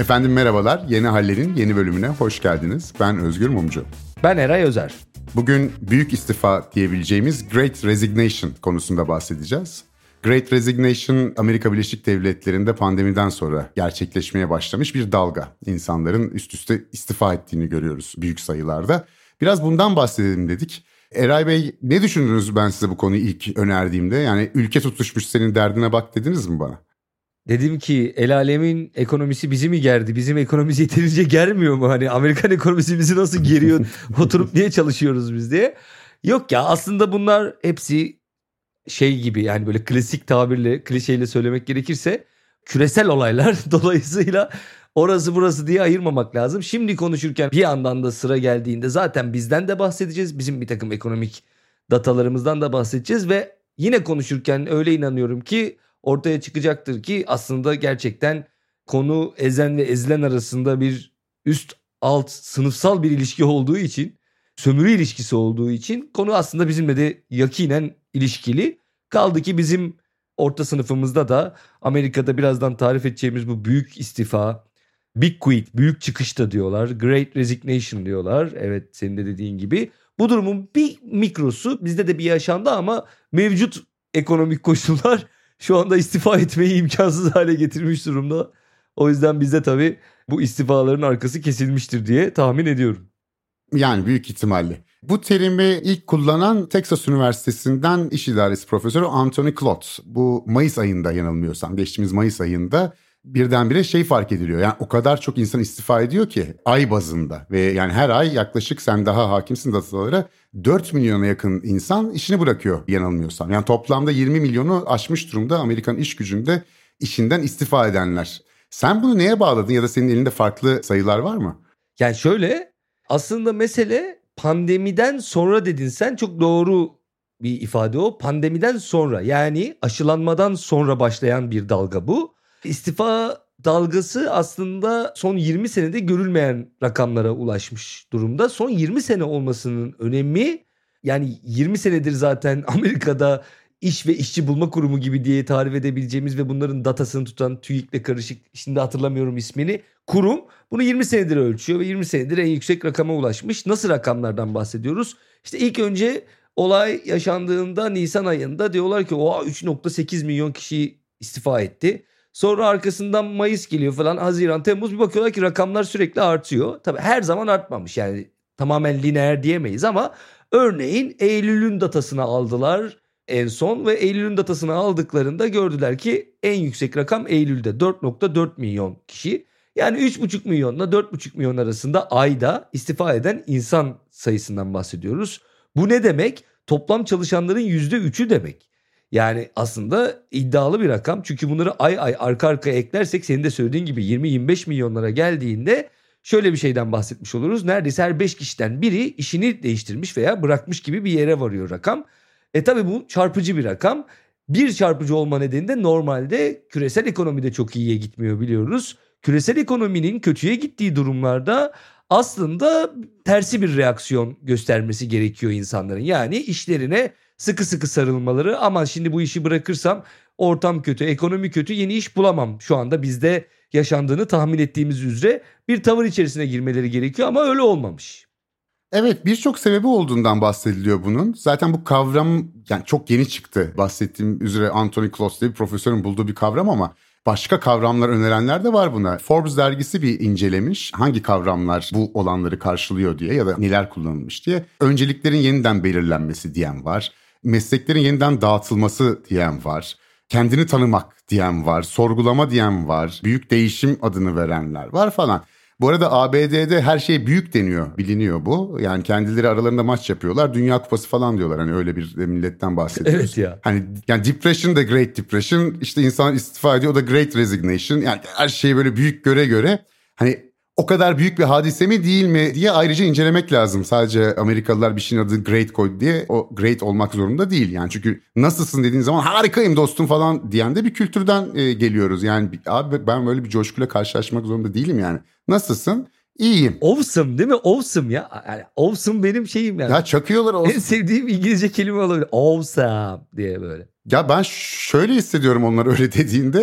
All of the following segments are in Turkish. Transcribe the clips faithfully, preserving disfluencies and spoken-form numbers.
Efendim merhabalar, Yeni Haller'in yeni bölümüne hoş geldiniz. Ben Özgür Mumcu. Ben Eray Özer. Bugün büyük istifa diyebileceğimiz Great Resignation konusunda bahsedeceğiz. Great Resignation, Amerika Birleşik Devletleri'nde pandemiden sonra gerçekleşmeye başlamış bir dalga. İnsanların üst üste istifa ettiğini görüyoruz büyük sayılarda. Biraz bundan bahsedelim dedik. Eray Bey, ne düşündünüz ben size bu konuyu ilk önerdiğimde? Yani ülke tutuşmuş, senin derdine bak dediniz mi bana? Dedim ki el alemin ekonomisi bizi mi gerdi? Bizim ekonomimiz yeterince germiyor mu? Hani Amerikan ekonomisi bizi nasıl geriyor? Oturup niye çalışıyoruz biz diye. Yok ya, aslında bunlar hepsi şey gibi, yani böyle klasik tabirle, klişeyle söylemek gerekirse küresel olaylar. Dolayısıyla orası burası diye ayırmamak lazım. Şimdi konuşurken bir yandan da sıra geldiğinde zaten bizden de bahsedeceğiz. Bizim bir takım ekonomik datalarımızdan da bahsedeceğiz ve yine konuşurken öyle inanıyorum ki ortaya çıkacaktır ki aslında gerçekten konu ezen ve ezilen arasında bir üst alt sınıfsal bir ilişki olduğu için, sömürü ilişkisi olduğu için konu aslında bizimle de yakinen ilişkili. Kaldı ki bizim orta sınıfımızda da Amerika'da birazdan tarif edeceğimiz bu büyük istifa, big quit, büyük çıkış da diyorlar, great resignation diyorlar. Evet, senin de dediğin gibi. Bu durumun bir mikrosu bizde de bir yaşandı ama mevcut ekonomik koşullar şu anda istifa etmeyi imkansız hale getirmiş durumda. O yüzden bizde tabii bu istifaların arkası kesilmiştir diye tahmin ediyorum. Yani büyük ihtimalle. Bu terimi ilk kullanan Texas Üniversitesi'nden İş İdaresi Profesörü Anthony Klotz. Bu Mayıs ayında, yanılmıyorsam geçtiğimiz Mayıs ayında birdenbire şey fark ediliyor. Yani o kadar çok insan istifa ediyor ki ay bazında ve yani her ay yaklaşık, sen daha hakimsin datalara, dört milyona yakın insan işini bırakıyor yanılmıyorsam. Yani toplamda yirmi milyonu aşmış durumda Amerikan iş gücünde işinden istifa edenler. Sen bunu neye bağladın ya da senin elinde farklı sayılar var mı? Yani şöyle, aslında mesele pandemiden sonra dedin sen, çok doğru bir ifade o. Pandemiden sonra, yani aşılanmadan sonra başlayan bir dalga bu. İstifa dalgası aslında son yirmi senede görülmeyen rakamlara ulaşmış durumda. Son yirmi sene olmasının önemi, yani yirmi senedir zaten Amerika'da iş ve işçi bulma kurumu gibi diye tarif edebileceğimiz ve bunların datasını tutan, TÜİK'le karışık, şimdi hatırlamıyorum ismini, kurum bunu yirmi senedir ölçüyor ve yirmi senedir en yüksek rakama ulaşmış. Nasıl rakamlardan bahsediyoruz? İşte ilk önce olay yaşandığında Nisan ayında diyorlar ki o üç virgül sekiz milyon kişi istifa etti. Sonra arkasından Mayıs geliyor falan, Haziran, Temmuz, bir bakıyorlar ki rakamlar sürekli artıyor. Tabii her zaman artmamış, yani tamamen lineer diyemeyiz ama örneğin Eylül'ün datasını aldılar en son ve Eylül'ün datasını aldıklarında gördüler ki en yüksek rakam Eylül'de dört virgül dört milyon kişi. Yani üç virgül beş milyonla dört virgül beş milyon arasında ayda istifa eden insan sayısından bahsediyoruz. Bu ne demek? Toplam çalışanların yüzde üçü demek. Yani aslında iddialı bir rakam, çünkü bunları ay ay arka arkaya eklersek senin de söylediğin gibi yirmi yirmi beş milyonlara geldiğinde şöyle bir şeyden bahsetmiş oluruz. Neredeyse her beş kişiden biri işini değiştirmiş veya bırakmış gibi bir yere varıyor rakam. E tabi bu çarpıcı bir rakam. Bir çarpıcı olma nedeni de normalde küresel ekonomide çok iyiye gitmiyor, biliyoruz. Küresel ekonominin kötüye gittiği durumlarda aslında tersi bir reaksiyon göstermesi gerekiyor insanların. Yani işlerine sıkı sıkı sarılmaları, aman şimdi bu işi bırakırsam ortam kötü, ekonomi kötü, yeni iş bulamam. Şu anda bizde yaşandığını tahmin ettiğimiz üzere bir tavır içerisine girmeleri gerekiyor ama öyle olmamış. Evet, birçok sebebi olduğundan bahsediliyor bunun. Zaten bu kavram yani çok yeni çıktı. Bahsettiğim üzere Anthony Klotz diye bir profesörün bulduğu bir kavram ama başka kavramlar önerenler de var buna. Forbes dergisi bir incelemiş hangi kavramlar bu olanları karşılıyor diye ya da neler kullanılmış diye. Önceliklerin yeniden belirlenmesi diyen var. Mesleklerin yeniden dağıtılması diyen var. Kendini tanımak diyen var. Sorgulama diyen var. Büyük değişim adını verenler var falan. Bu arada A B D'de her şey büyük deniyor, biliniyor bu. Yani kendileri aralarında maç yapıyorlar, Dünya Kupası falan diyorlar. Hani öyle bir milletten bahsediyoruz. Evet ya. Hani yani Depression da Great Depression, işte insan istifa ediyor, o da Great Resignation. Yani her şeyi böyle büyük göre göre hani o kadar büyük bir hadise mi değil mi diye ayrıca incelemek lazım. Sadece Amerikalılar bir şeyin adını Great koydu diye o Great olmak zorunda değil. Yani çünkü nasılsın dediğin zaman harikayım dostum falan diyen de bir kültürden e, geliyoruz. Yani abi ben böyle bir coşkuyla karşılaşmak zorunda değilim yani. Nasılsın? İyiyim. Awesome değil mi? Awesome ya. Yani awesome benim şeyim yani. Ya çakıyorlar awesome. En sevdiğim İngilizce kelime olabilir. Awesome diye böyle. Ya ben şöyle hissediyorum onlar öyle dediğinde.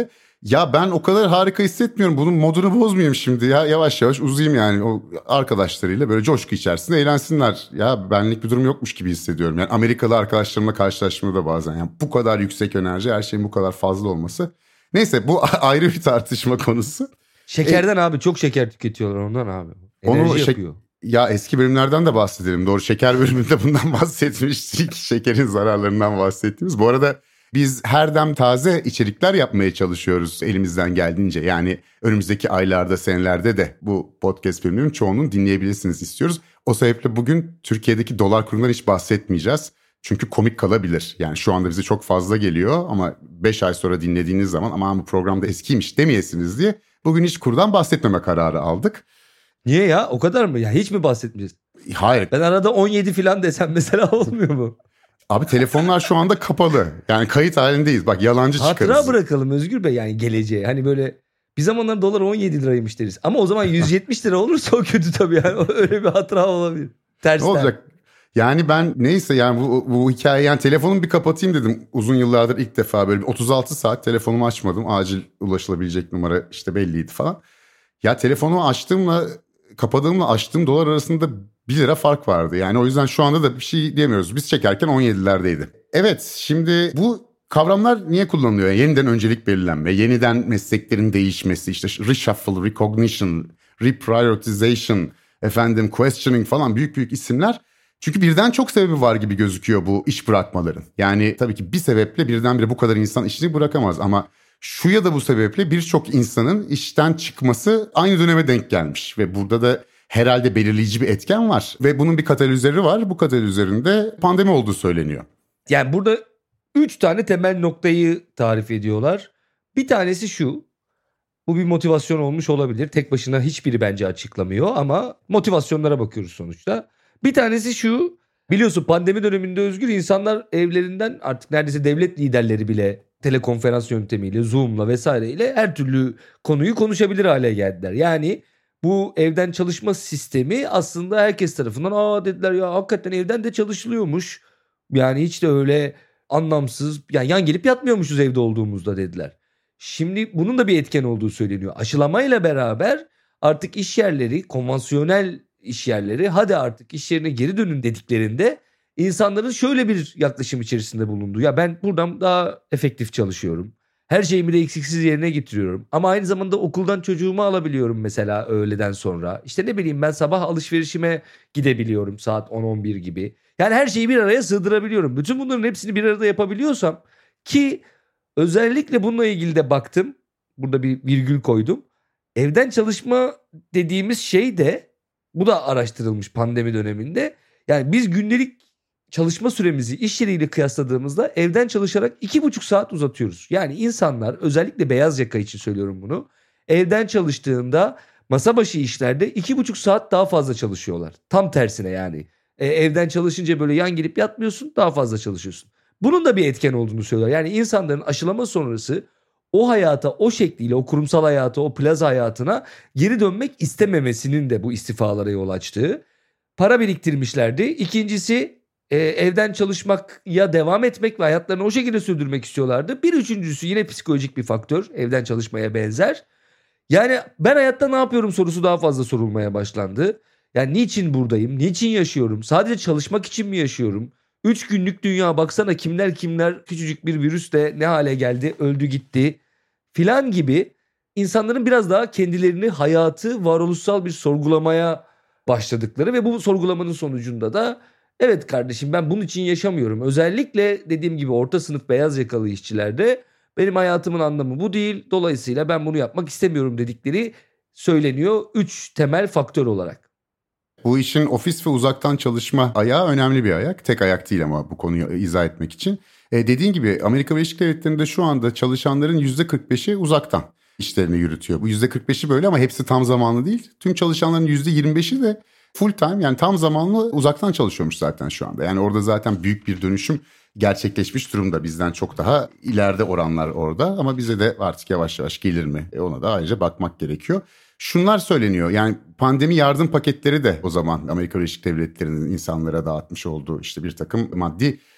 Ya ben o kadar harika hissetmiyorum. Bunun modunu bozmayayım şimdi ya. Yavaş yavaş uzayayım yani. O arkadaşlarıyla böyle coşku içerisinde eğlensinler. Ya benlik bir durum yokmuş gibi hissediyorum. Yani Amerikalı arkadaşlarımla karşılaştığımda da bazen. Yani bu kadar yüksek enerji, her şeyin bu kadar fazla olması. Neyse bu ayrı bir tartışma konusu. Şekerden e, abi çok şeker tüketiyorlar ondan abi. Enerji onu yapıyor. Ya eski bölümlerden de bahsedelim. Doğru, şeker bölümünde bundan bahsetmiştik. Şekerin zararlarından bahsettiğimiz. Bu arada biz her dem taze içerikler yapmaya çalışıyoruz elimizden geldiğince. Yani önümüzdeki aylarda, senelerde de bu podcast bölümlerinin çoğunun dinleyebilirsiniz istiyoruz. O sebeple bugün Türkiye'deki dolar kurundan hiç bahsetmeyeceğiz. Çünkü komik kalabilir. Yani şu anda bize çok fazla geliyor ama beş ay sonra dinlediğiniz zaman aman bu programda eskiymiş demeyesiniz diye bugün hiç kurdan bahsetmeme kararı aldık. Niye ya? O kadar mı? Ya hiç mi bahsetmeyeceğiz? Hayır. Ben arada on yedi falan desem mesela olmuyor mu? Abi telefonlar şu anda kapalı. Yani kayıt halindeyiz. Bak yalancı çıkarız. Hatıra bırakalım Özgür Bey, yani geleceğe. Hani böyle bir zamanlar dolar on yedi liraymış deriz. Ama o zaman yüz yetmiş lira olursa o kötü tabii yani. Öyle bir hatıra olabilir. Tersten. Ne olacak? Yani ben neyse yani bu, bu hikaye, yani telefonumu bir kapatayım dedim. Uzun yıllardır ilk defa böyle otuz altı saat telefonumu açmadım. Acil ulaşılabilecek numara işte belliydi falan. Ya telefonumu açtığımla kapadığımla açtığım dolar arasında bir lira fark vardı. Yani o yüzden şu anda da bir şey diyemiyoruz. Biz çekerken on yedilerdeydi. Evet, şimdi bu kavramlar niye kullanılıyor? Yani yeniden öncelik belirlenme, yeniden mesleklerin değişmesi, işte reshuffle, recognition, reprioritization, efendim questioning falan büyük büyük isimler. Çünkü birden çok sebebi var gibi gözüküyor bu iş bırakmaların. Yani tabii ki bir sebeple birdenbire bu kadar insan işini bırakamaz ama şu ya da bu sebeple birçok insanın işten çıkması aynı döneme denk gelmiş ve burada da herhalde belirleyici bir etken var ve bunun bir katalizörü var. Bu katalizöründe pandemi olduğu söyleniyor. Yani burada üç tane temel noktayı tarif ediyorlar. Bir tanesi şu. Bu bir motivasyon olmuş olabilir. Tek başına hiçbiri bence açıklamıyor ama motivasyonlara bakıyoruz sonuçta. Bir tanesi şu. Biliyorsun pandemi döneminde Özgür, insanlar evlerinden artık neredeyse devlet liderleri bile telekonferans yöntemiyle, Zoom'la vesaireyle her türlü konuyu konuşabilir hale geldiler. Yani bu evden çalışma sistemi aslında herkes tarafından aa dediler ya hakikaten evden de çalışılıyormuş. Yani hiç de öyle anlamsız, yani yan gelip yatmıyormuşuz evde olduğumuzda dediler. Şimdi bunun da bir etken olduğu söyleniyor. Aşılamayla beraber artık iş yerleri, konvansiyonel iş yerleri hadi artık iş yerine geri dönün dediklerinde insanların şöyle bir yaklaşım içerisinde bulundu. Ya ben buradan daha efektif çalışıyorum. Her şeyimi de eksiksiz yerine getiriyorum. Ama aynı zamanda okuldan çocuğumu alabiliyorum mesela öğleden sonra. İşte ne bileyim ben sabah alışverişime gidebiliyorum saat on on bir gibi. Yani her şeyi bir araya sığdırabiliyorum. Bütün bunların hepsini bir arada yapabiliyorsam, ki özellikle bununla ilgili de baktım. Burada bir virgül koydum. Evden çalışma dediğimiz şey de, bu da araştırılmış pandemi döneminde. Yani biz günlük çalışma süremizi iş yeriyle kıyasladığımızda evden çalışarak iki buçuk saat uzatıyoruz. Yani insanlar, özellikle beyaz yaka için söylüyorum bunu, evden çalıştığında masa başı işlerde iki buçuk saat daha fazla çalışıyorlar. Tam tersine yani. E, evden çalışınca böyle yan gelip yatmıyorsun, daha fazla çalışıyorsun. Bunun da bir etken olduğunu söylüyor. Yani insanların aşılama sonrası o hayata, o şekliyle, o kurumsal hayata, o plaza hayatına geri dönmek istememesinin de bu istifalara yol açtığı. Para biriktirmişlerdi. İkincisi e, evden çalışmaya devam etmek ve hayatlarını o şekilde sürdürmek istiyorlardı. Bir üçüncüsü yine psikolojik bir faktör, evden çalışmaya benzer. Yani ben hayatta ne yapıyorum sorusu daha fazla sorulmaya başlandı. Yani niçin buradayım, niçin yaşıyorum, sadece çalışmak için mi yaşıyorum? Üç günlük dünya, baksana kimler kimler küçücük bir virüsle ne hale geldi, öldü gitti filan gibi insanların biraz daha kendilerini, hayatı varoluşsal bir sorgulamaya başladıkları ve bu sorgulamanın sonucunda da evet kardeşim ben bunun için yaşamıyorum. Özellikle dediğim gibi orta sınıf beyaz yakalı işçilerde benim hayatımın anlamı bu değil, dolayısıyla ben bunu yapmak istemiyorum dedikleri söyleniyor üç temel faktör olarak. Bu işin ofis ve uzaktan çalışma ayağı önemli bir ayak. Tek ayak değil ama bu konuyu izah etmek için. E dediğin gibi Amerika Birleşik Devletleri'nde şu anda çalışanların yüzde kırk beşi uzaktan işlerini yürütüyor. Bu yüzde kırk beşi böyle ama hepsi tam zamanlı değil. Tüm çalışanların yüzde yirmi beşi de full time, yani tam zamanlı uzaktan çalışıyormuş zaten şu anda. Yani orada zaten büyük bir dönüşüm gerçekleşmiş durumda. Bizden çok daha ileride oranlar orada ama bize de artık yavaş yavaş gelir mi? E ona da ayrıca bakmak gerekiyor. Şunlar söyleniyor, yani pandemi yardım paketleri de o zaman Amerika Birleşik Devletleri'nin insanlara dağıtmış olduğu işte bir takım maddi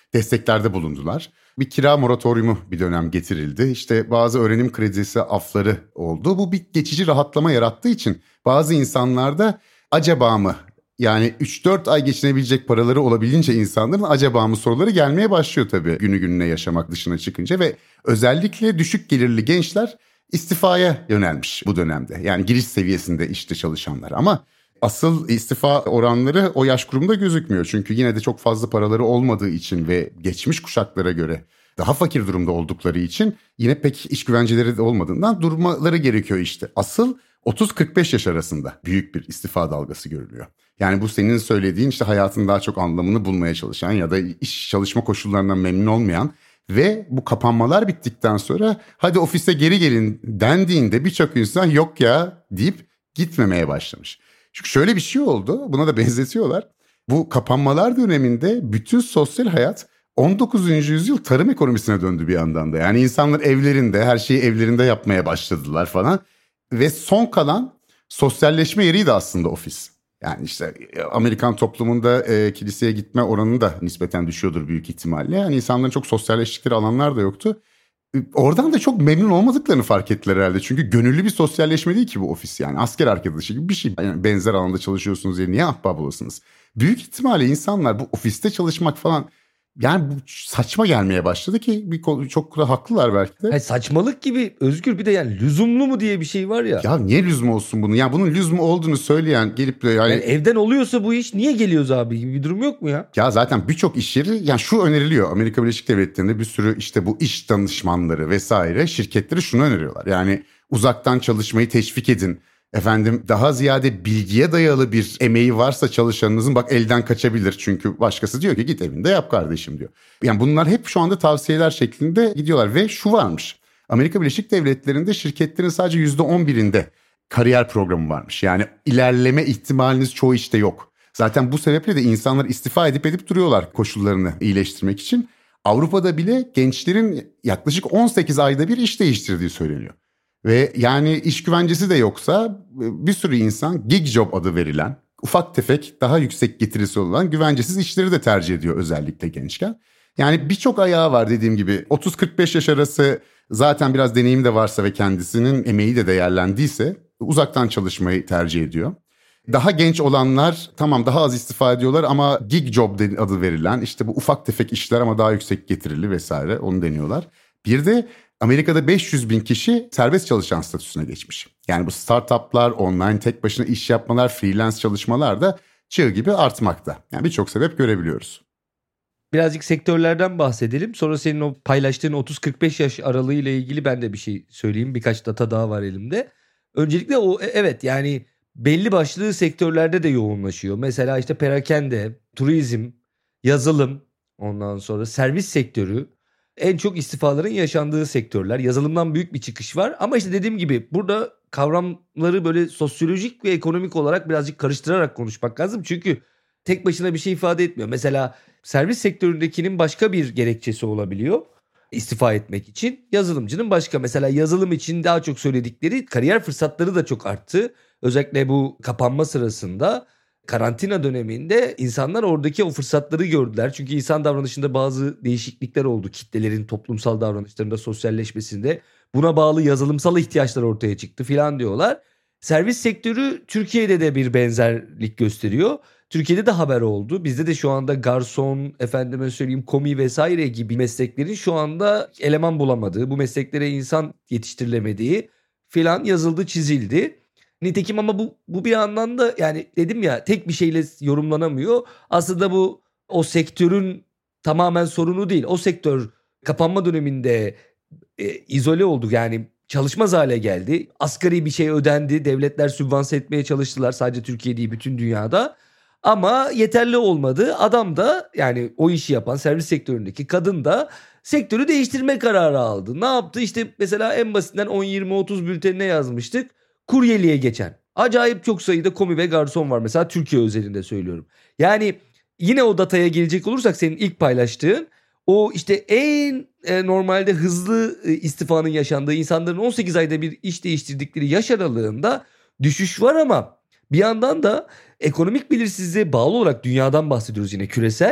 desteklerde bulundular. Bir kira moratoriumu bir dönem getirildi. İşte bazı öğrenim kredisi afları oldu. Bu bir geçici rahatlama yarattığı için bazı insanlarda acaba mı? Yani üç dört ay geçinebilecek paraları olabildiğince insanların acaba mı soruları gelmeye başlıyor tabii günü gününe yaşamak dışına çıkınca ve özellikle düşük gelirli gençler istifaya yönelmiş bu dönemde. Yani giriş seviyesinde işte çalışanlar ama asıl istifa oranları o yaş grubunda gözükmüyor. Çünkü yine de çok fazla paraları olmadığı için ve geçmiş kuşaklara göre daha fakir durumda oldukları için yine pek iş güvenceleri de olmadığından durmaları gerekiyor işte. Asıl otuz kırk beş yaş arasında büyük bir istifa dalgası görülüyor. Yani bu senin söylediğin işte hayatın daha çok anlamını bulmaya çalışan ya da iş çalışma koşullarından memnun olmayan ve bu kapanmalar bittikten sonra hadi ofise geri gelin dendiğinde birçok insan yok ya deyip gitmemeye başlamış. Çünkü şöyle bir şey oldu, buna da benzetiyorlar. Bu kapanmalar döneminde bütün sosyal hayat on dokuzuncu yüzyıl tarım ekonomisine döndü bir yandan da. Yani insanlar evlerinde, her şeyi evlerinde yapmaya başladılar falan. Ve son kalan sosyalleşme yeriydi aslında ofis. Yani işte Amerikan toplumunda e, kiliseye gitme oranı da nispeten düşüyordur büyük ihtimalle. Yani insanların çok sosyalleştikleri alanlar da yoktu. Oradan da çok memnun olmadıklarını fark ettiler herhalde. Çünkü gönüllü bir sosyalleşme değil ki bu ofis yani. Asker arkadaşı gibi bir şey. Yani benzer alanda çalışıyorsunuz diye niye ahbap olasınız? Büyük ihtimalle insanlar bu ofiste çalışmak falan... Yani bu saçma gelmeye başladı ki bir konu, çok da haklılar belki de. Hayır, saçmalık gibi Özgür, bir de yani lüzumlu mu diye bir şey var ya. Ya niye lüzum olsun bunu? Ya bunun lüzum olduğunu söyleyen gelip de yani... yani evden oluyorsa bu iş niye geliyoruz abi gibi bir durum yok mu ya? Ya zaten birçok iş yeri yani şu öneriliyor. Amerika Birleşik Devletleri'nde bir sürü işte bu iş danışmanları vesaire şirketleri şunu öneriyorlar. Yani uzaktan çalışmayı teşvik edin. Efendim daha ziyade bilgiye dayalı bir emeği varsa çalışanınızın bak elden kaçabilir. Çünkü başkası diyor ki git evinde yap kardeşim diyor. Yani bunlar hep şu anda tavsiyeler şeklinde gidiyorlar ve şu varmış. Amerika Birleşik Devletleri'nde şirketlerin sadece yüzde on birinde kariyer programı varmış. Yani ilerleme ihtimaliniz çoğu işte yok. Zaten bu sebeple de insanlar istifa edip edip duruyorlar koşullarını iyileştirmek için. Avrupa'da bile gençlerin yaklaşık on sekiz ayda bir iş değiştirdiği söyleniyor. Ve yani iş güvencesi de yoksa bir sürü insan gig job adı verilen, ufak tefek daha yüksek getirisi olan güvencesiz işleri de tercih ediyor özellikle gençken. Yani birçok ayağı var dediğim gibi. otuz kırk beş yaş arası zaten biraz deneyim de varsa ve kendisinin emeği de değerlendiyse uzaktan çalışmayı tercih ediyor. Daha genç olanlar tamam daha az istifa ediyorlar ama gig job adı verilen işte bu ufak tefek işler ama daha yüksek getirili vesaire onu deniyorlar. Bir de Amerika'da beş yüz bin kişi serbest çalışan statüsüne geçmiş. Yani bu startuplar, online tek başına iş yapmalar, freelance çalışmalar da çığ gibi artmakta. Yani birçok sebep görebiliyoruz. Birazcık sektörlerden bahsedelim. Sonra senin o paylaştığın otuz kırk beş yaş aralığı ile ilgili ben de bir şey söyleyeyim. Birkaç data daha var elimde. Öncelikle o evet yani belli başlı sektörlerde de yoğunlaşıyor. Mesela işte perakende, turizm, yazılım, ondan sonra servis sektörü en çok istifaların yaşandığı sektörler. Yazılımdan büyük bir çıkış var. Ama işte dediğim gibi burada kavramları böyle sosyolojik ve ekonomik olarak birazcık karıştırarak konuşmak lazım. Çünkü tek başına bir şey ifade etmiyor. Mesela servis sektöründekinin başka bir gerekçesi olabiliyor istifa etmek için. Yazılımcının başka. Mesela yazılım için daha çok söyledikleri kariyer fırsatları da çok arttı. Özellikle bu kapanma sırasında karantina döneminde insanlar oradaki o fırsatları gördüler. Çünkü insan davranışında bazı değişiklikler oldu. Kitlelerin toplumsal davranışlarında, sosyalleşmesinde buna bağlı yazılımsal ihtiyaçlar ortaya çıktı filan diyorlar. Servis sektörü Türkiye'de de bir benzerlik gösteriyor. Türkiye'de de haber oldu. Bizde de şu anda garson, efendime söyleyeyim komi vesaire gibi mesleklerin şu anda eleman bulamadığı, bu mesleklere insan yetiştirilemediği filan yazıldı, çizildi. Nitekim ama bu bu bir yandan da yani dedim ya tek bir şeyle yorumlanamıyor. Aslında bu o sektörün tamamen sorunu değil. O sektör kapanma döneminde e, izole oldu yani çalışmaz hale geldi. Asgari bir şey ödendi. Devletler sübvanse etmeye çalıştılar sadece Türkiye değil bütün dünyada. Ama yeterli olmadı. Adam da yani o işi yapan servis sektöründeki kadın da sektörü değiştirme kararı aldı. Ne yaptı? İşte mesela en basitinden on yirmi otuz bültenine yazmıştık. Kuryeliğe geçen. Acayip çok sayıda komi ve garson var mesela Türkiye özelinde söylüyorum. Yani yine o dataya gelecek olursak senin ilk paylaştığın o işte en e, normalde hızlı e, istifanın yaşandığı insanların on sekiz ayda bir iş değiştirdikleri yaş aralığında düşüş var ama bir yandan da ekonomik belirsizliğe bağlı olarak dünyadan bahsediyoruz yine küresel.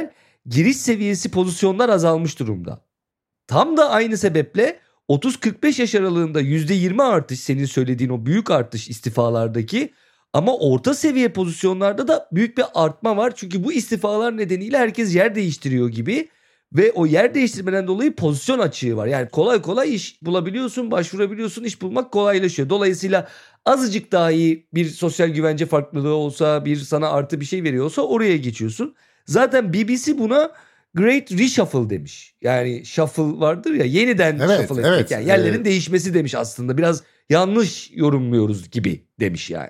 giriş seviyesi pozisyonlar azalmış durumda. Tam da aynı sebeple otuz kırk beş yaş aralığında yüzde yirmi artış, senin söylediğin o büyük artış istifalardaki, ama orta seviye pozisyonlarda da büyük bir artma var. Çünkü bu istifalar nedeniyle herkes yer değiştiriyor gibi ve o yer değiştirmeden dolayı pozisyon açığı var. Yani kolay kolay iş bulabiliyorsun, başvurabiliyorsun, iş bulmak kolaylaşıyor. Dolayısıyla azıcık dahi bir sosyal güvence farklılığı olsa, bir sana artı bir şey veriyorsa oraya geçiyorsun. Zaten B B C buna Great Reshuffle demiş. Yani shuffle vardır ya, yeniden evet, shuffle etmek. Evet, yani yerlerin evet. değişmesi demiş aslında. Biraz yanlış yorumluyoruz gibi demiş yani.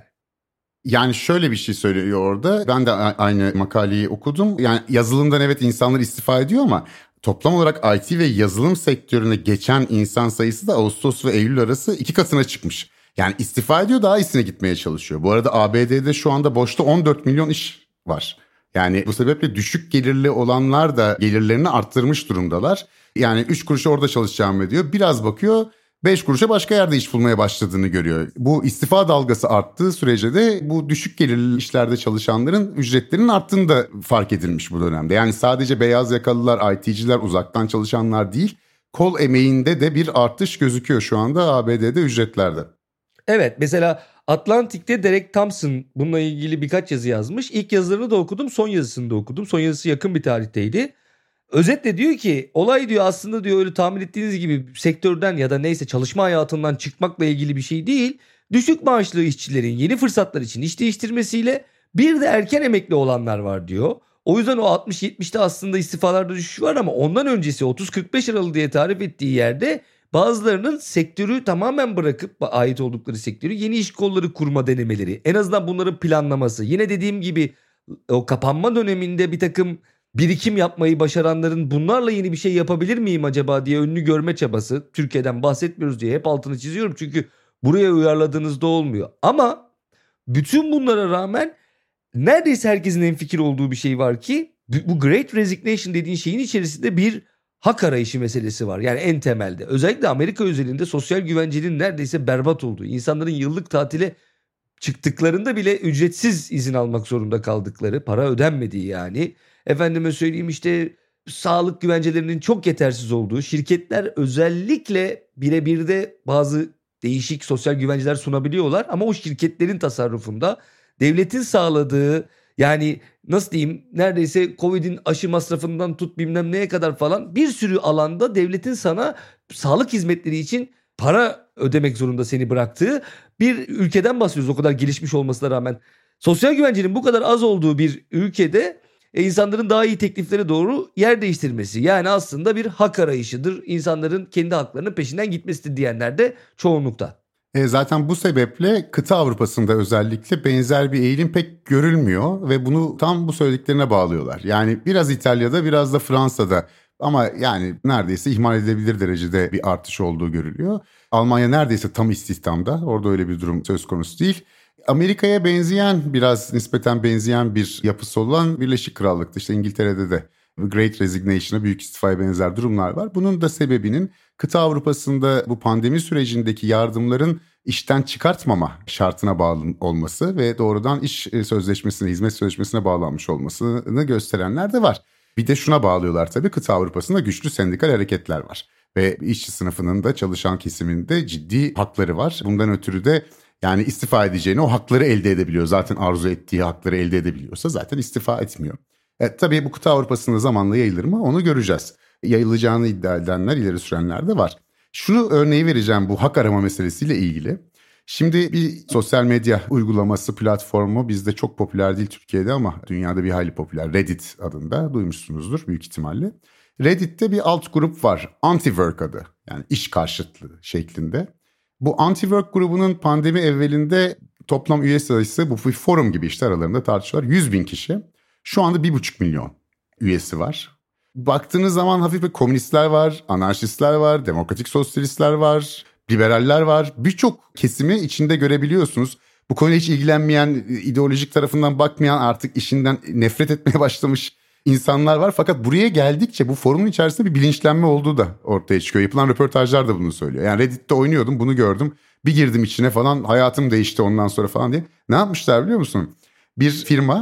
Yani şöyle bir şey söylüyor orada. Ben de aynı makaleyi okudum. Yani yazılımdan evet insanlar istifa ediyor ama toplam olarak I T ve yazılım sektörüne geçen insan sayısı da Ağustos ve Eylül arası iki katına çıkmış. Yani istifa ediyor, daha iyisine gitmeye çalışıyor. Bu arada A B D'de şu anda boşta on dört milyon iş var. Yani bu sebeple düşük gelirli olanlar da gelirlerini arttırmış durumdalar. Yani üç kuruşa orada çalışacağım diyor. Biraz bakıyor, beş kuruşa başka yerde iş bulmaya başladığını görüyor. Bu istifa dalgası arttığı sürece de bu düşük gelirli işlerde çalışanların ücretlerinin arttığını da fark edilmiş bu dönemde. Yani sadece beyaz yakalılar, I T'ciler, uzaktan çalışanlar değil, kol emeğinde de bir artış gözüküyor şu anda A B D'de ücretlerde. Evet, mesela Atlantik'te Derek Thompson bununla ilgili birkaç yazı yazmış. İlk yazılarını da okudum, son yazısını da okudum. Son yazısı yakın bir tarihteydi. Özetle diyor ki olay diyor aslında diyor öyle tahmin ettiğiniz gibi sektörden ya da neyse çalışma hayatından çıkmakla ilgili bir şey değil. Düşük maaşlı işçilerin yeni fırsatlar için iş değiştirmesiyle bir de erken emekli olanlar var diyor. O yüzden o altmış yetmişte aslında istifalarda düşüş var ama ondan öncesi otuz kırk beş Aralık diye tarif ettiği yerde bazılarının sektörü tamamen bırakıp ait oldukları sektörü yeni iş kolları kurma denemeleri, en azından bunların planlaması. Yine dediğim gibi o kapanma döneminde bir takım birikim yapmayı başaranların bunlarla yeni bir şey yapabilir miyim acaba diye önünü görme çabası. Türkiye'den bahsetmiyoruz diye hep altını çiziyorum çünkü buraya uyarladığınızda olmuyor. Ama bütün bunlara rağmen neredeyse herkesin hemfikir olduğu bir şey var ki bu Great Resignation dediğin şeyin içerisinde bir hak arayışı meselesi var. Yani en temelde özellikle Amerika özelinde sosyal güvencenin neredeyse berbat olduğu, insanların yıllık tatile çıktıklarında bile ücretsiz izin almak zorunda kaldıkları, para ödenmediği yani. Efendime söyleyeyim işte sağlık güvencelerinin çok yetersiz olduğu, şirketler özellikle birebir de bazı değişik sosyal güvenceler sunabiliyorlar ama o şirketlerin tasarrufunda devletin sağladığı, yani nasıl diyeyim, neredeyse Covid'in aşı masrafından tut bilmem neye kadar falan bir sürü alanda devletin sana sağlık hizmetleri için para ödemek zorunda seni bıraktığı bir ülkeden bahsediyoruz, o kadar gelişmiş olmasına rağmen. Sosyal güvencenin bu kadar az olduğu bir ülkede e, insanların daha iyi tekliflere doğru yer değiştirmesi, yani aslında bir hak arayışıdır. İnsanların kendi haklarının peşinden gitmesidir diyenler de çoğunlukta. E zaten bu sebeple kıta Avrupa'sında özellikle benzer bir eğilim pek görülmüyor ve bunu tam bu söylediklerine bağlıyorlar. Yani biraz İtalya'da, biraz da Fransa'da, ama yani neredeyse ihmal edilebilir derecede bir artış olduğu görülüyor. Almanya neredeyse tam istihdamda, orada öyle bir durum söz konusu değil. Amerika'ya benzeyen, biraz nispeten benzeyen bir yapısı olan Birleşik Krallık'ta, işte İngiltere'de de Great Resignation'a, büyük istifaya benzer durumlar var. Bunun da sebebinin kıta Avrupa'sında bu pandemi sürecindeki yardımların işten çıkartmama şartına bağlı olması ve doğrudan iş sözleşmesine, hizmet sözleşmesine bağlanmış olmasını gösterenler de var. Bir de şuna bağlıyorlar tabii, kıta Avrupa'sında güçlü sendikal hareketler var. Ve işçi sınıfının da, çalışan kesiminde ciddi hakları var. Bundan ötürü de yani istifa edeceğini, o hakları elde edebiliyor. Zaten arzu ettiği hakları elde edebiliyorsa zaten istifa etmiyor. E, tabii bu kıta Avrupa'sında zamanla yayılır mı onu göreceğiz. Yayılacağını iddia edenler, ileri sürenler de var. Şunu örneği vereceğim bu hak arama meselesiyle ilgili. Şimdi bir sosyal medya uygulaması, platformu bizde çok popüler değil Türkiye'de ama dünyada bir hayli popüler. Reddit adında, duymuşsunuzdur büyük ihtimalle. Reddit'te bir alt grup var, Anti-Work adı, yani iş karşıtlığı şeklinde. Bu Anti-Work grubunun pandemi evvelinde toplam üye sayısı, bu bir forum gibi işte, aralarında tartışıyorlar, yüz bin kişi. Şu anda bir buçuk milyon üyesi var. Baktığınız zaman hafif bir komünistler var, anarşistler var, demokratik sosyalistler var, liberaller var. Birçok kesimi içinde görebiliyorsunuz. Bu konuyla hiç ilgilenmeyen, ideolojik tarafından bakmayan, artık işinden nefret etmeye başlamış insanlar var. Fakat buraya geldikçe bu forumun içerisinde bir bilinçlenme olduğu da ortaya çıkıyor. Yapılan röportajlar da bunu söylüyor. Yani Reddit'te oynuyordum, bunu gördüm. Bir girdim içine falan, hayatım değişti ondan sonra falan diye. Ne yapmışlar biliyor musun? Bir firma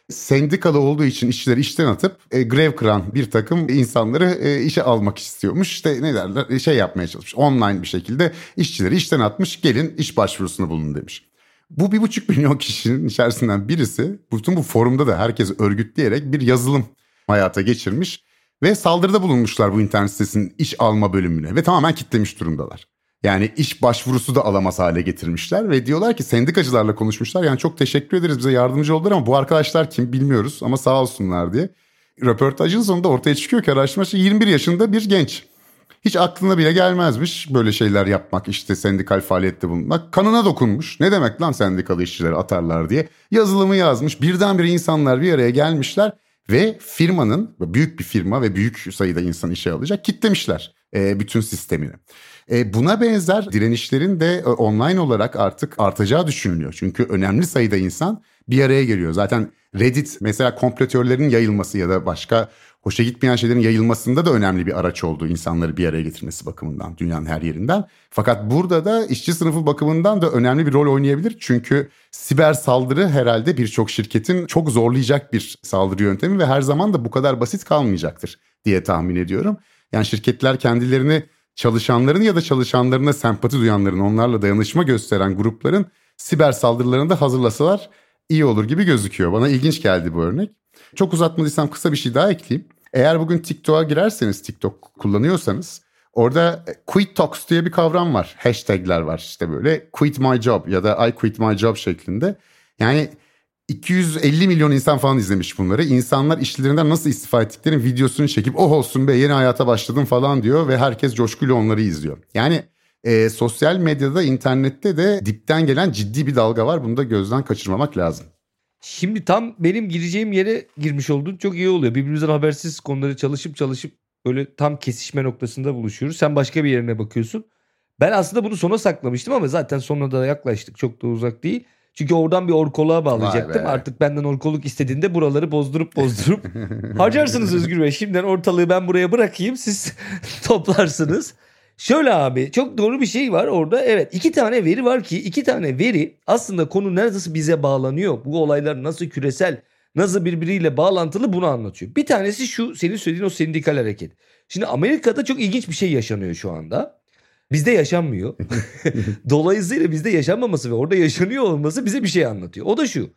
sendikalı olduğu için işçileri işten atıp e, grev kıran bir takım insanları e, işe almak istiyormuş. İşte ne derler şey yapmaya çalışmış. Online bir şekilde işçileri işten atmış, gelin iş başvurusunu bulun demiş. Bu bir buçuk milyon kişinin içerisinden birisi bütün bu forumda da herkes örgütleyerek bir yazılım hayata geçirmiş. Ve saldırıda bulunmuşlar bu internet sitesinin iş alma bölümüne ve tamamen kitlemiş durumdalar. Yani iş başvurusu da alamaz hale getirmişler ve diyorlar ki sendikacılarla konuşmuşlar. Yani çok teşekkür ederiz, bize yardımcı oldular ama bu arkadaşlar kim bilmiyoruz ama sağ olsunlar diye. Röportajın sonunda ortaya çıkıyor ki araştırmacı yirmi bir yaşında bir genç. Hiç aklına bile gelmezmiş böyle şeyler yapmak, işte sendikal faaliyette bulunmak. Kanına dokunmuş. Ne demek lan sendikalı işçileri atarlar diye. Yazılımı yazmış. Birdenbire insanlar bir araya gelmişler. Ve firmanın, büyük bir firma ve büyük sayıda insan işe alacak, kitlemişler e, bütün sistemini. E, buna benzer direnişlerin de e, online olarak artık artacağı düşünülüyor. Çünkü önemli sayıda insan bir araya geliyor. Zaten Reddit mesela komplo teorilerinin yayılması ya da başka hoşa gitmeyen şeylerin yayılmasında da önemli bir araç oldu insanları bir araya getirmesi bakımından dünyanın her yerinden. Fakat burada da işçi sınıfı bakımından da önemli bir rol oynayabilir. Çünkü siber saldırı herhalde birçok şirketin çok zorlayacak bir saldırı yöntemi ve her zaman da bu kadar basit kalmayacaktır diye tahmin ediyorum. Yani şirketler kendilerini çalışanların ya da çalışanlarına sempati duyanların, onlarla dayanışma gösteren grupların siber saldırılarını da hazırlasalar iyi olur gibi gözüküyor. Bana ilginç geldi bu örnek. Çok uzatmadıysam kısa bir şey daha ekleyeyim. Eğer bugün TikTok'a girerseniz, TikTok kullanıyorsanız orada quit talks diye bir kavram var. Hashtagler var işte böyle quit my job ya da I quit my job şeklinde. Yani iki yüz elli milyon insan falan izlemiş bunları. İnsanlar işlerinden nasıl istifa ettiklerinin videosunu çekip oh olsun be yeni hayata başladım falan diyor ve herkes coşkuyla onları izliyor. Yani e, sosyal medyada, internette de dipten gelen ciddi bir dalga var. Bunu da gözden kaçırmamak lazım. Şimdi tam benim gireceğim yere girmiş oldun. Çok iyi oluyor. Birbirimizden habersiz konuları çalışıp çalışıp böyle tam kesişme noktasında buluşuyoruz. Sen başka bir yerine bakıyorsun. Ben aslında bunu sona saklamıştım ama zaten sonuna da yaklaştık. Çok da uzak değil. Çünkü oradan bir orkoluğa bağlayacaktım. Artık benden orkoluk istediğinde buraları bozdurup bozdurup harcarsınız Özgür Bey. Şimdiden ortalığı ben buraya bırakayım. Siz toplarsınız. Şöyle abi, çok doğru bir şey var orada. Evet, iki tane veri var ki iki tane veri aslında konu nasıl bize bağlanıyor. Bu olaylar nasıl küresel, nasıl birbiriyle bağlantılı bunu anlatıyor. Bir tanesi şu, senin söylediğin o sendikal hareket. Şimdi Amerika'da çok ilginç bir şey yaşanıyor şu anda. Bizde yaşanmıyor. Dolayısıyla bizde yaşanmaması ve orada yaşanıyor olması bize bir şey anlatıyor. O da şu: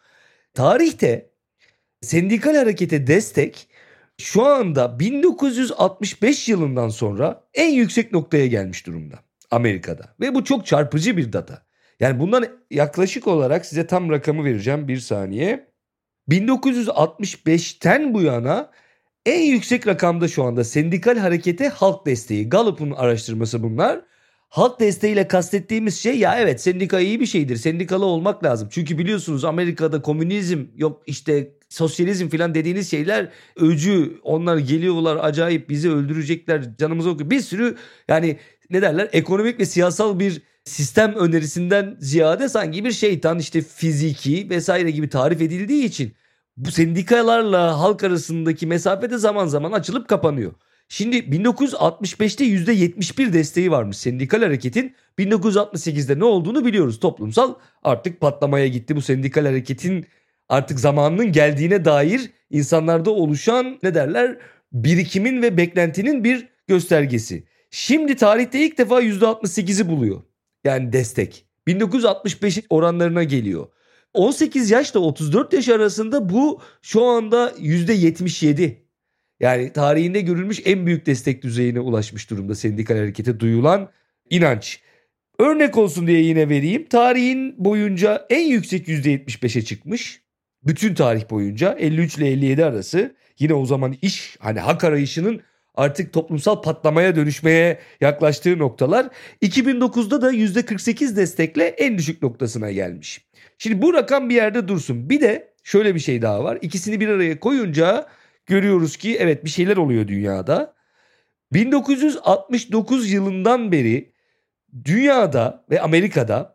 tarihte sendikal harekete destek şu anda bin dokuz yüz altmış beş yılından sonra en yüksek noktaya gelmiş durumda Amerika'da. Ve bu çok çarpıcı bir data. Yani bundan yaklaşık olarak size tam rakamı vereceğim, bir saniye. bin dokuz yüz altmış beşten bu yana en yüksek rakamda şu anda sendikal harekete halk desteği. Gallup'un araştırması bunlar. Halk desteğiyle kastettiğimiz şey, ya evet sendika iyi bir şeydir. Sendikalı olmak lazım. Çünkü biliyorsunuz Amerika'da komünizm, yok işte sosyalizm falan dediğiniz şeyler öcü. Onlar geliyorlar, acayip bizi öldürecekler, canımızı okuyor. Bir sürü yani ne derler, ekonomik ve siyasal bir sistem önerisinden ziyade sanki bir şeytan, işte fiziki vesaire gibi tarif edildiği için bu sendikalarla halk arasındaki mesafede zaman zaman açılıp kapanıyor. Şimdi bin dokuz yüz altmış beşte yüzde yetmiş bir desteği varmış sendikal hareketin. bin dokuz yüz altmış sekizde ne olduğunu biliyoruz. Toplumsal artık patlamaya gitti. Bu sendikal hareketin artık zamanının geldiğine dair insanlarda oluşan ne derler, birikimin ve beklentinin bir göstergesi. Şimdi tarihte ilk defa yüzde altmış sekizi buluyor. Yani destek. bin dokuz yüz altmış beş oranlarına geliyor. on sekiz yaşla otuz dört yaş arasında bu şu anda yüzde yetmiş yedi. Yani tarihinde görülmüş en büyük destek düzeyine ulaşmış durumda sendikal harekete duyulan inanç. Örnek olsun diye yine vereyim. Tarihin boyunca en yüksek yüzde yetmiş beşe çıkmış. Bütün tarih boyunca elli üç ile elli yedi arası. Yine o zaman iş, hani hak arayışının artık toplumsal patlamaya dönüşmeye yaklaştığı noktalar. iki bin dokuzda da yüzde kırk sekiz destekle en düşük noktasına gelmiş. Şimdi bu rakam bir yerde dursun. Bir de şöyle bir şey daha var. İkisini bir araya koyunca görüyoruz ki evet, bir şeyler oluyor dünyada. bin dokuz yüz altmış dokuz yılından beri dünyada ve Amerika'da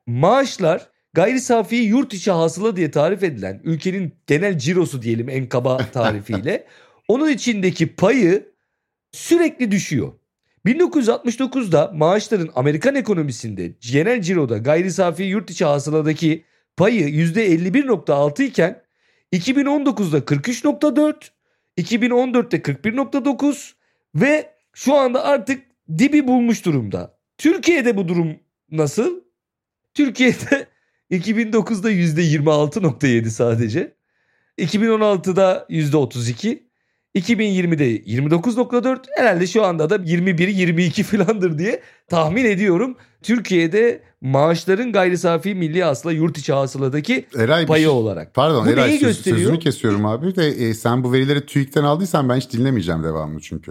maaşlar gayri safi yurt içi hasıla diye tarif edilen, ülkenin genel cirosu diyelim en kaba tarifiyle, onun içindeki payı sürekli düşüyor. bin dokuz yüz altmış dokuzda maaşların Amerikan ekonomisinde genel ciroda gayri safi yurt içi hasıladaki payı yüzde elli bir virgül altı iken iki bin on dokuzda kırk üç nokta dört, iki bin on dörtte kırk bir nokta dokuz ve şu anda artık dibi bulmuş durumda. Türkiye'de bu durum nasıl? Türkiye'de iki bin dokuzda yüzde yirmi altı nokta yedi sadece. iki bin on altıda yüzde otuz iki. iki bin yirmide yirmi dokuz nokta dört. Herhalde şu anda da yirmi bir yirmi iki falandır diye tahmin ediyorum. Türkiye'de maaşların gayri safi milli hasıla, yurt içi hasıladaki Eray, payı şey, olarak. Pardon bu Eray, neyi söz, gösteriyor? Sözünü kesiyorum abi de e, sen bu verileri TÜİK'ten aldıysan ben hiç dinlemeyeceğim devamını çünkü.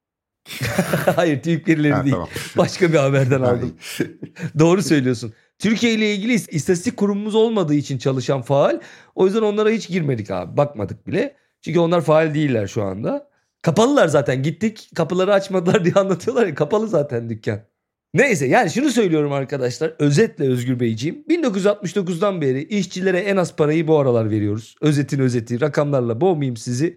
Hayır, TÜİK verileri Ha, değil. tamam. Başka bir haberden aldım. Doğru söylüyorsun. Türkiye ile ilgili istatistik kurumumuz olmadığı için çalışan faal. O yüzden onlara hiç girmedik abi. Bakmadık bile. Çünkü onlar faal değiller şu anda. Kapalılar zaten. Gittik, kapıları açmadılar diye anlatıyorlar ya. Kapalı zaten dükkan. Neyse, yani şunu söylüyorum arkadaşlar. Özetle Özgür Beyciğim. bin dokuz yüz altmış dokuzdan beri işçilere en az parayı bu aralar veriyoruz. Özetin özeti. Rakamlarla boğmayayım sizi.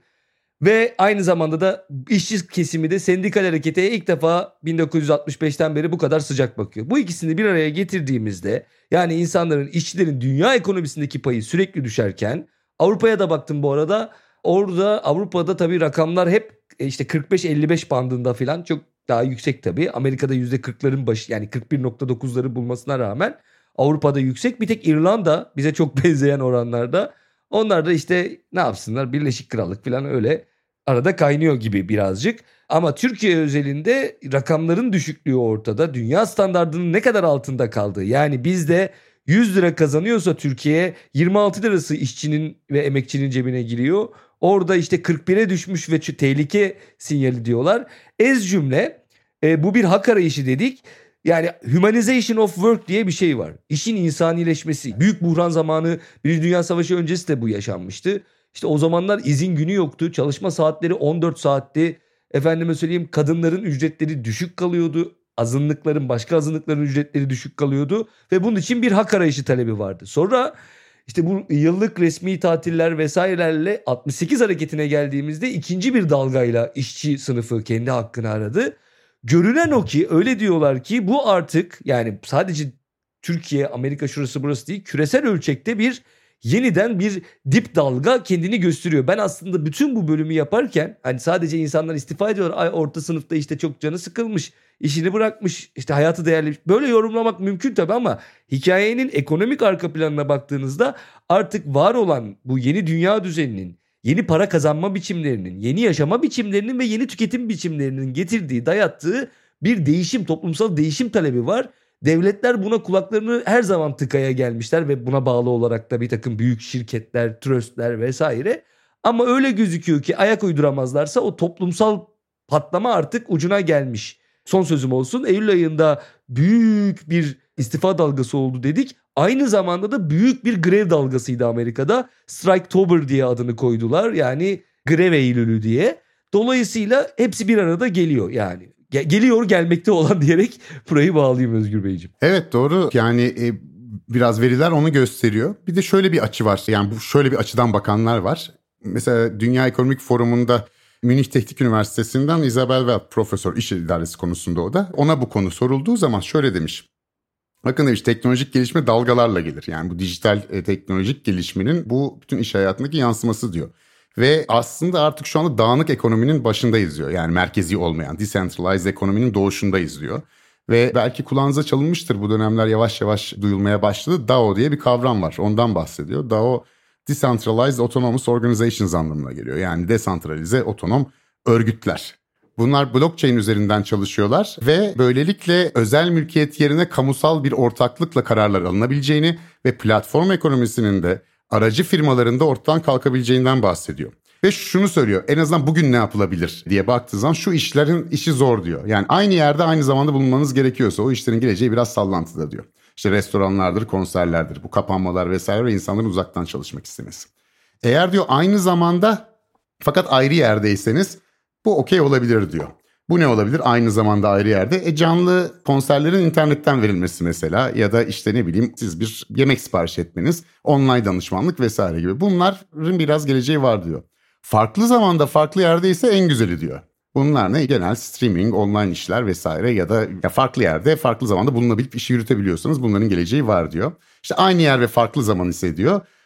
Ve aynı zamanda da işçi kesimi de sendikal harekete ilk defa bin dokuz yüz altmış beşten beri bu kadar sıcak bakıyor. Bu ikisini bir araya getirdiğimizde, yani insanların, işçilerin dünya ekonomisindeki payı sürekli düşerken, Avrupa'ya da baktım bu arada. Orada Avrupa'da tabii rakamlar hep işte kırk beş elli beş bandında falan, çok daha yüksek tabii. Amerika'da yüzde kırkların başı, yani kırk bir nokta dokuzları bulmasına rağmen Avrupa'da yüksek. Bir tek İrlanda bize çok benzeyen oranlarda. Onlar da işte ne yapsınlar, Birleşik Krallık falan öyle arada kaynıyor gibi birazcık. Ama Türkiye özelinde rakamların düşüklüğü ortada. Dünya standardının ne kadar altında kaldığı. Yani bizde yüz lira kazanıyorsa Türkiye, yirmi altı lirası işçinin ve emekçinin cebine giriyor. Orada işte kırk bire düşmüş ve tehlike sinyali diyorlar. Ez cümle e, bu bir hak arayışı dedik. Yani humanization of work diye bir şey var. İşin insanileşmesi. Büyük buhran zamanı, Birinci Dünya Savaşı öncesi de bu yaşanmıştı. İşte o zamanlar izin günü yoktu. Çalışma saatleri on dört saatti. Efendime söyleyeyim, kadınların ücretleri düşük kalıyordu. Azınlıkların, başka azınlıkların ücretleri düşük kalıyordu. Ve bunun için bir hak arayışı talebi vardı. Sonra işte bu yıllık resmi tatiller vesairelerle altmış sekiz hareketine geldiğimizde ikinci bir dalgayla işçi sınıfı kendi hakkını aradı. Görünen o ki, öyle diyorlar ki bu artık, yani sadece Türkiye, Amerika, şurası burası değil, küresel ölçekte bir yeniden bir dip dalga kendini gösteriyor. Ben aslında bütün bu bölümü yaparken hani sadece insanlar istifa ediyorlar. Ay, orta sınıfta işte çok canı sıkılmış, işini bırakmış, işte hayatı değerli. Böyle yorumlamak mümkün tabii ama hikayenin ekonomik arka planına baktığınızda artık var olan bu yeni dünya düzeninin, yeni para kazanma biçimlerinin, yeni yaşama biçimlerinin ve yeni tüketim biçimlerinin getirdiği, dayattığı bir değişim, toplumsal değişim talebi var. Devletler buna kulaklarını her zaman tıkaya gelmişler ve buna bağlı olarak da bir takım büyük şirketler, tröstler vesaire. Ama öyle gözüküyor ki ayak uyduramazlarsa o toplumsal patlama artık ucuna gelmiş. Son sözüm olsun. Eylül ayında büyük bir istifa dalgası oldu dedik. Aynı zamanda da büyük bir grev dalgasıydı Amerika'da. Striketober diye adını koydular. Yani grev Eylülü diye. Dolayısıyla hepsi bir arada geliyor yani. Geliyor, gelmekte olan diyerek burayı bağlayayım Özgür Beyciğim. Evet, doğru. Yani e, biraz veriler onu gösteriyor. Bir de şöyle bir açı var. Yani bu şöyle bir açıdan bakanlar var. Mesela Dünya Ekonomik Forumu'nda Münih Teknik Üniversitesi'nden Isabel Welt, profesör, iş idaresi konusunda o da. Ona bu konu sorulduğu zaman şöyle demiş. Bakın demiş, teknolojik gelişme dalgalarla gelir. Yani bu dijital e, teknolojik gelişmenin bu bütün iş hayatındaki yansıması diyor. Ve aslında artık şu anda dağınık ekonominin başındayız diyor. Yani merkezi olmayan, decentralized ekonominin doğuşundayız diyor. Ve belki kulağınıza çalınmıştır, bu dönemler yavaş yavaş duyulmaya başladı. D A O diye bir kavram var, ondan bahsediyor. D A O, Decentralized Autonomous Organizations anlamına geliyor. Yani desantralize, otonom örgütler. Bunlar blockchain üzerinden çalışıyorlar ve böylelikle özel mülkiyet yerine kamusal bir ortaklıkla kararlar alınabileceğini ve platform ekonomisinin de aracı firmalarında ortadan kalkabileceğinden bahsediyor. Ve şunu söylüyor, en azından bugün ne yapılabilir diye baktığı zaman şu işlerin işi zor diyor. Yani aynı yerde aynı zamanda bulunmanız gerekiyorsa o işlerin geleceği biraz sallantıda diyor. İşte restoranlardır, konserlerdir, bu kapanmalar vesaire ve insanların uzaktan çalışmak istemesi. Eğer diyor aynı zamanda fakat ayrı yerdeyseniz bu okey olabilir diyor. Bu ne olabilir? Aynı zamanda ayrı yerde. E canlı konserlerin internetten verilmesi mesela, ya da işte ne bileyim siz bir yemek sipariş etmeniz, online danışmanlık vesaire gibi. Bunların biraz geleceği var diyor. Farklı zamanda farklı yerdeyse en güzeli diyor. Bunlar ne? Genel streaming, online işler vesaire ya da ya farklı yerde farklı zamanda bulunabilip işi yürütebiliyorsanız bunların geleceği var diyor. İşte aynı yer ve farklı zaman ise diyor,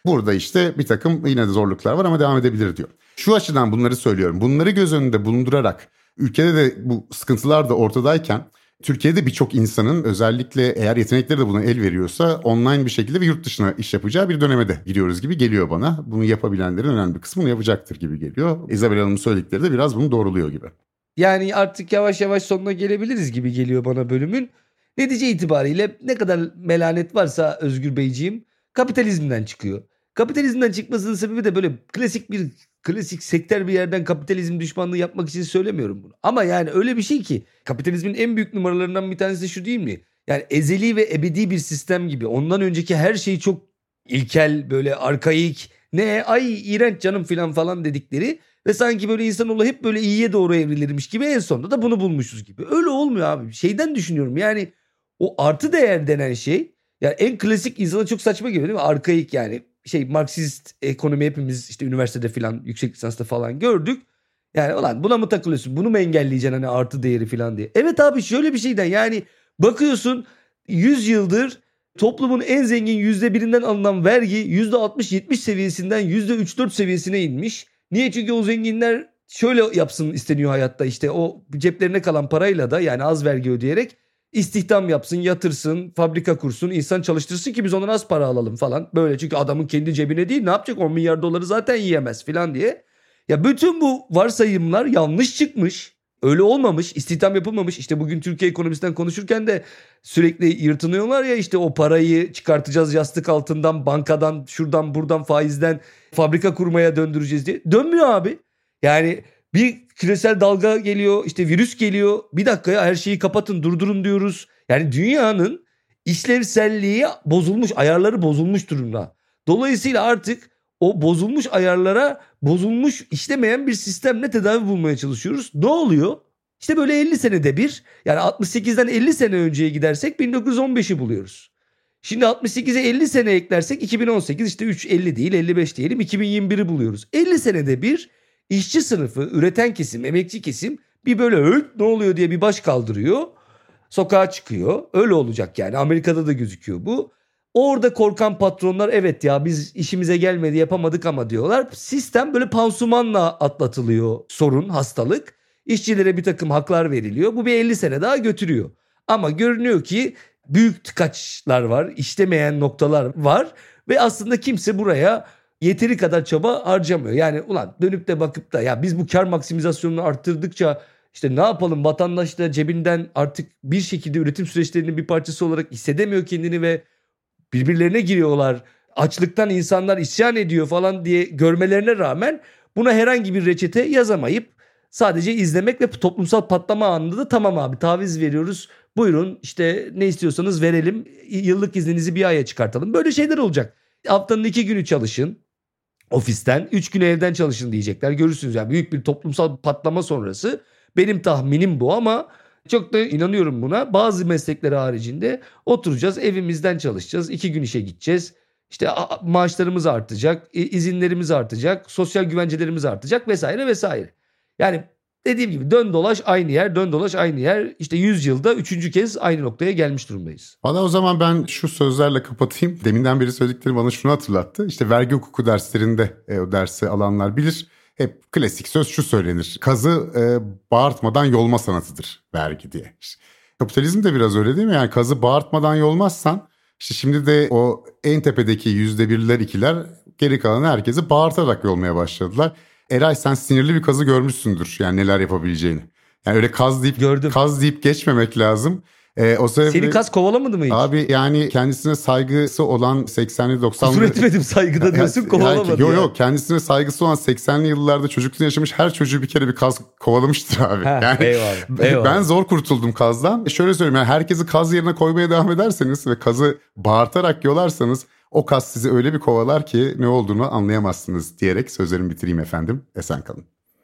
Burada işte bir takım yine de zorluklar var ama devam edebilir diyor. Şu açıdan bunları söylüyorum. Bunları göz önünde bulundurarak ülkede de bu sıkıntılar da ortadayken Türkiye'de birçok insanın özellikle eğer yetenekleri de buna el veriyorsa online bir şekilde ve yurt dışına iş yapacağı bir döneme de giriyoruz gibi geliyor bana. Bunu yapabilenlerin önemli bir kısmı bunu yapacaktır gibi geliyor. Isabel Hanım'ın söyledikleri de biraz bunu doğruluyor gibi. Yani artık yavaş yavaş sonuna gelebiliriz gibi geliyor bana bölümün. Netice itibariyle ne kadar melanet varsa Özgür Beyciğim kapitalizmden çıkıyor. Kapitalizmden çıkmasının sebebi de böyle klasik bir klasik sektör bir yerden kapitalizm düşmanlığı yapmak için söylemiyorum bunu. Ama yani öyle bir şey ki kapitalizmin en büyük numaralarından bir tanesi de şu değil mi? Yani ezeli ve ebedi bir sistem gibi. Ondan önceki her şey çok ilkel, böyle arkaik, ne ay iğrenç canım filan falan dedikleri ve sanki böyle insanoğlu hep böyle iyiye doğru evrilirmiş gibi en sonunda da bunu bulmuşuz gibi. Öyle olmuyor abi. Şeyden düşünüyorum yani o artı değer denen şey yani en klasik insana çok saçma geliyor değil mi? Arkaik yani şey Marksist ekonomi hepimiz işte üniversitede filan yüksek lisansta falan gördük. Yani ulan buna mı takılıyorsun? Bunu mu engelleyeceksin hani artı değeri filan diye. Evet abi şöyle bir şeyden yani bakıyorsun yüz yıldır toplumun en zengin yüzde birinden alınan vergi yüzde altmış yetmiş seviyesinden yüzde üç dört seviyesine inmiş. Niye? Çünkü o zenginler şöyle yapsın isteniyor hayatta işte o ceplerine kalan parayla da yani az vergi ödeyerek istihdam yapsın, yatırsın, fabrika kursun, insan çalıştırsın ki biz ondan az para alalım falan. Böyle çünkü adamın kendi cebine değil ne yapacak on milyar doları zaten yiyemez falan diye. Ya bütün bu varsayımlar yanlış çıkmış. Öyle olmamış, istihdam yapılmamış. İşte bugün Türkiye ekonomisinden konuşurken de sürekli yırtınıyorlar ya işte o parayı çıkartacağız yastık altından, bankadan, şuradan, buradan, faizden fabrika kurmaya döndüreceğiz diye. Dönmüyor abi. Yani bir küresel dalga geliyor, işte virüs geliyor. Bir dakikaya her şeyi kapatın, durdurun diyoruz. Yani dünyanın işlevselliği bozulmuş, ayarları bozulmuş durumda. Dolayısıyla artık o bozulmuş ayarlara bozulmuş işlemeyen bir sistemle tedavi bulmaya çalışıyoruz. Ne oluyor? İşte böyle elli senede bir yani altmış sekizden elli sene önceye gidersek bin dokuz yüz on beşi buluyoruz. Şimdi altmış sekize elli sene eklersek iki bin on sekiz işte üç elli değil elli beş diyelim iki bin yirmi biri buluyoruz. elli senede bir işçi sınıfı, üreten kesim, emekçi kesim bir böyle öl ne oluyor diye bir baş kaldırıyor. Sokağa çıkıyor. Öyle olacak yani Amerika'da da gözüküyor bu. Orada korkan patronlar evet ya biz işimize gelmedi yapamadık ama diyorlar. Sistem böyle pansumanla atlatılıyor sorun, hastalık. İşçilere bir takım haklar veriliyor. Bu bir elli sene daha götürüyor. Ama görünüyor ki büyük tıkaçlar var, işlemeyen noktalar var. Ve aslında kimse buraya yeteri kadar çaba harcamıyor. Yani ulan dönüp de bakıp da ya biz bu kar maksimizasyonunu arttırdıkça işte ne yapalım vatandaş da cebinden artık bir şekilde üretim süreçlerinin bir parçası olarak hissedemiyor kendini ve birbirlerine giriyorlar. Açlıktan insanlar isyan ediyor falan diye görmelerine rağmen buna herhangi bir reçete yazamayıp sadece izlemek ve toplumsal patlama anında da tamam abi taviz veriyoruz. Buyurun işte ne istiyorsanız verelim. Yıllık izninizi bir aya çıkartalım. Böyle şeyler olacak. Haftanın iki günü çalışın ofisten. Üç günü evden çalışın diyecekler. Görürsünüz yani büyük bir toplumsal patlama sonrası. Benim tahminim bu ama çok da inanıyorum buna. Bazı meslekler haricinde oturacağız, evimizden çalışacağız. iki gün işe gideceğiz. İşte maaşlarımız artacak, izinlerimiz artacak, sosyal güvencelerimiz artacak vesaire vesaire. Yani dediğim gibi dön dolaş aynı yer, dön dolaş aynı yer. İşte yüz yılda üçüncü kez aynı noktaya gelmiş durumdayız. Valla o zaman ben şu sözlerle kapatayım. Deminden beri söylediklerim bana şunu hatırlattı. İşte vergi hukuku derslerinde e, o dersi alanlar bilir. Hep klasik söz şu söylenir. Kazı e, bağırtmadan yolma sanatıdır vergi diye. İşte, kapitalizm de biraz öyle değil mi? Yani kazı bağırtmadan yolmazsan işte şimdi de o en tepedeki yüzde birler ikiler geri kalan herkesi bağırtarak yolmaya başladılar. Eray sen sinirli bir kazı görmüşsündür yani neler yapabileceğini. Yani öyle kaz deyip Gördüm. kaz deyip geçmemek lazım. Ee, o sebeple, seni kaz kovalamadı mı hiç? Abi yani kendisine saygısı olan seksenli doksanlı... Kusur etmedim saygıda diyorsun yani, kovalamadı. Yok yok kendisine saygısı olan seksenli yıllarda çocukluğunu yaşamış her çocuğu bir kere bir kaz kovalamıştır abi. Ha, yani eyvallah, eyvallah. Ben zor kurtuldum kazdan. Şöyle söyleyeyim yani herkesi kaz yerine koymaya devam ederseniz ve kazı bağırtarak yolarsanız o kaz sizi öyle bir kovalar ki ne olduğunu anlayamazsınız diyerek sözlerimi bitireyim efendim. Esen kalın.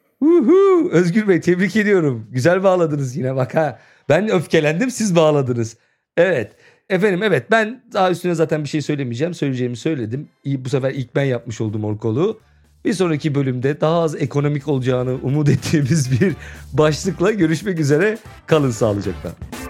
Uhu, Özgür Bey tebrik ediyorum. Güzel bağladınız yine bak ha. Ben öfkelendim siz bağladınız. Evet efendim evet ben daha üstüne zaten bir şey söylemeyeceğim. Söyleyeceğimi söyledim. Bu sefer ilk ben yapmış oldum orkoluğu. Bir sonraki bölümde daha az ekonomik olacağını umut ettiğimiz bir başlıkla görüşmek üzere. Kalın sağlıcakla.